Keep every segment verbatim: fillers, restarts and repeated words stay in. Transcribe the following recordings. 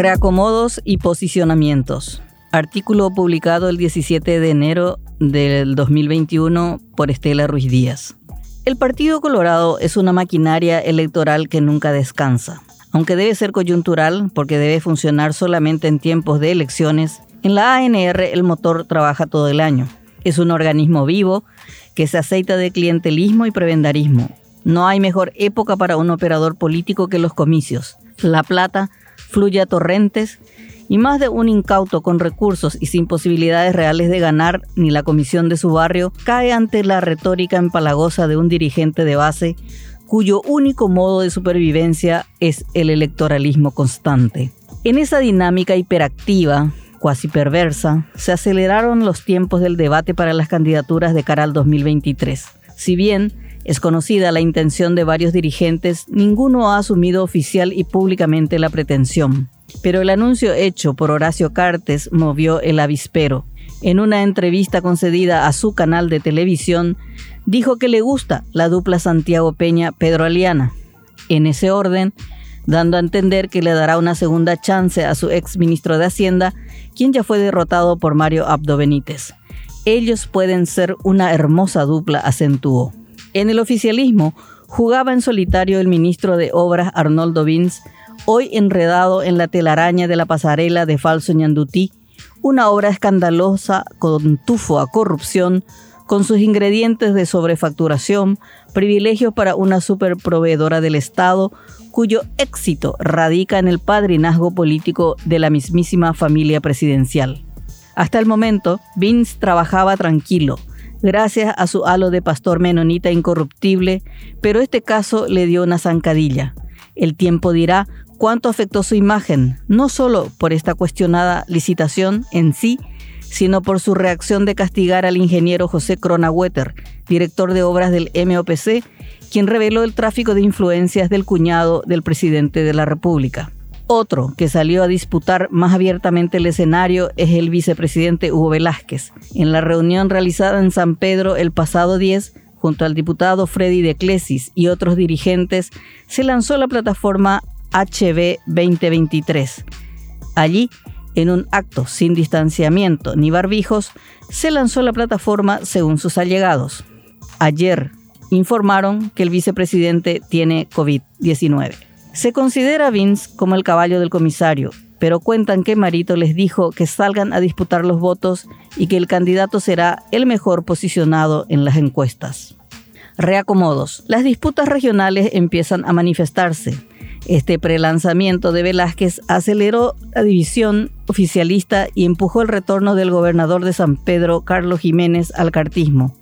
Reacomodos y posicionamientos. Artículo publicado el diecisiete de enero del dos mil veintiuno por Estela Ruiz Díaz. El Partido Colorado es una maquinaria electoral que nunca descansa. Aunque debe ser coyuntural porque debe funcionar solamente en tiempos de elecciones, en la A N R el motor trabaja todo el año. Es un organismo vivo que se aceita de clientelismo y prebendarismo. No hay mejor época para un operador político que los comicios. La plata fluye a torrentes y más de un incauto con recursos y sin posibilidades reales de ganar ni la comisión de su barrio cae ante la retórica empalagosa de un dirigente de base cuyo único modo de supervivencia es el electoralismo constante. En esa dinámica hiperactiva, cuasi perversa, se aceleraron los tiempos del debate para las candidaturas de cara al dos mil veintitrés. Si bien es conocida la intención de varios dirigentes, ninguno ha asumido oficial y públicamente la pretensión. Pero el anuncio hecho por Horacio Cartes movió el avispero. En una entrevista concedida a su canal de televisión, dijo que le gusta la dupla Santiago Peña-Pedro Aliana. En ese orden, dando a entender que le dará una segunda chance a su ex ministro de Hacienda, quien ya fue derrotado por Mario Abdo Benítez. Ellos pueden ser una hermosa dupla, acentuó. En el oficialismo jugaba en solitario el ministro de Obras Arnoldo Vins, hoy enredado en la telaraña de la pasarela de Falso Ñandutí, una obra escandalosa con tufo a corrupción, con sus ingredientes de sobrefacturación, privilegios para una superproveedora del Estado, cuyo éxito radica en el padrinazgo político de la mismísima familia presidencial. Hasta el momento, Vins trabajaba tranquilo, gracias a su halo de pastor menonita incorruptible, pero este caso le dio una zancadilla. El tiempo dirá cuánto afectó su imagen, no solo por esta cuestionada licitación en sí, sino por su reacción de castigar al ingeniero José Cronaueter, director de obras del M O P C, quien reveló el tráfico de influencias del cuñado del presidente de la República. Otro que salió a disputar más abiertamente el escenario es el vicepresidente Hugo Velázquez. En la reunión realizada en San Pedro el pasado diez, junto al diputado Freddy de Clesis y otros dirigentes, se lanzó la plataforma H B veinte veintitrés. Allí, en un acto sin distanciamiento ni barbijos, se lanzó la plataforma según sus allegados. Ayer informaron que el vicepresidente tiene COVID diecinueve. Se considera a Vins como el caballo del comisario, pero cuentan que Marito les dijo que salgan a disputar los votos y que el candidato será el mejor posicionado en las encuestas. Reacomodos. Las disputas regionales empiezan a manifestarse. Este prelanzamiento de Velázquez aceleró la división oficialista y empujó el retorno del gobernador de San Pedro, Carlos Jiménez, al cartismo.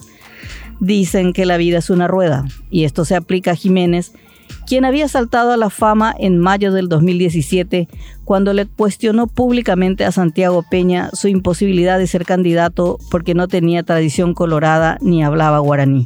Dicen que la vida es una rueda, y esto se aplica a Jiménez, quien había saltado a la fama en mayo del dos mil diecisiete cuando le cuestionó públicamente a Santiago Peña su imposibilidad de ser candidato porque no tenía tradición colorada ni hablaba guaraní.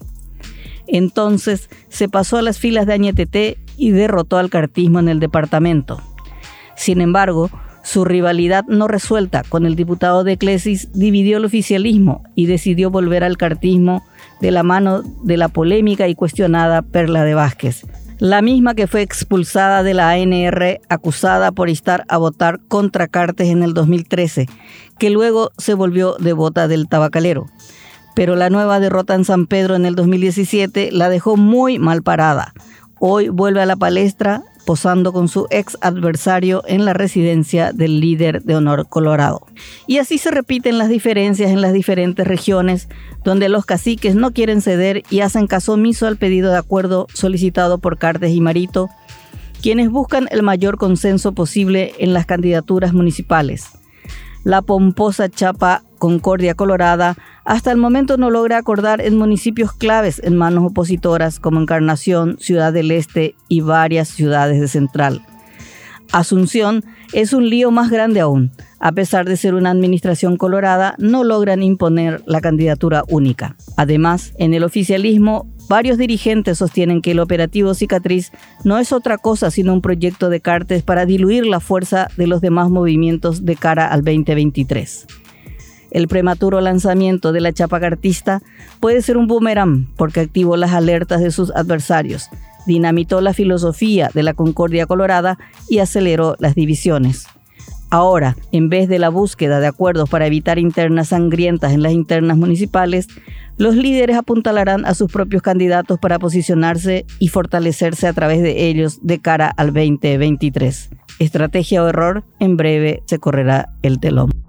Entonces se pasó a las filas de Añetete y derrotó al cartismo en el departamento. Sin embargo, su rivalidad no resuelta con el diputado de Clesis dividió el oficialismo y decidió volver al cartismo de la mano de la polémica y cuestionada Perla de Vázquez, la misma que fue expulsada de la A N R acusada por instar a votar contra Cartes en el dos mil trece, que luego se volvió devota del tabacalero. Pero la nueva derrota en San Pedro en el dos mil diecisiete la dejó muy mal parada. Hoy vuelve a la palestra posando con su ex adversario en la residencia del líder de honor Colorado. Y así se repiten las diferencias en las diferentes regiones, donde los caciques no quieren ceder y hacen caso omiso al pedido de acuerdo solicitado por Cartes y Marito, quienes buscan el mayor consenso posible en las candidaturas municipales. La pomposa chapa Concordia Colorada hasta el momento no logra acordar en municipios claves en manos opositoras como Encarnación, Ciudad del Este y varias ciudades de Central. Asunción es un lío más grande aún. A pesar de ser una administración colorada, no logran imponer la candidatura única. Además, en el oficialismo, varios dirigentes sostienen que el operativo Cicatriz no es otra cosa sino un proyecto de Cartes para diluir la fuerza de los demás movimientos de cara al veinte veintitrés. El prematuro lanzamiento de la chapa cartista puede ser un boomerang porque activó las alertas de sus adversarios, dinamitó la filosofía de la Concordia Colorada y aceleró las divisiones. Ahora, en vez de la búsqueda de acuerdos para evitar internas sangrientas en las internas municipales, los líderes apuntalarán a sus propios candidatos para posicionarse y fortalecerse a través de ellos de cara al veinte veintitrés. Estrategia o error, en breve se correrá el telón.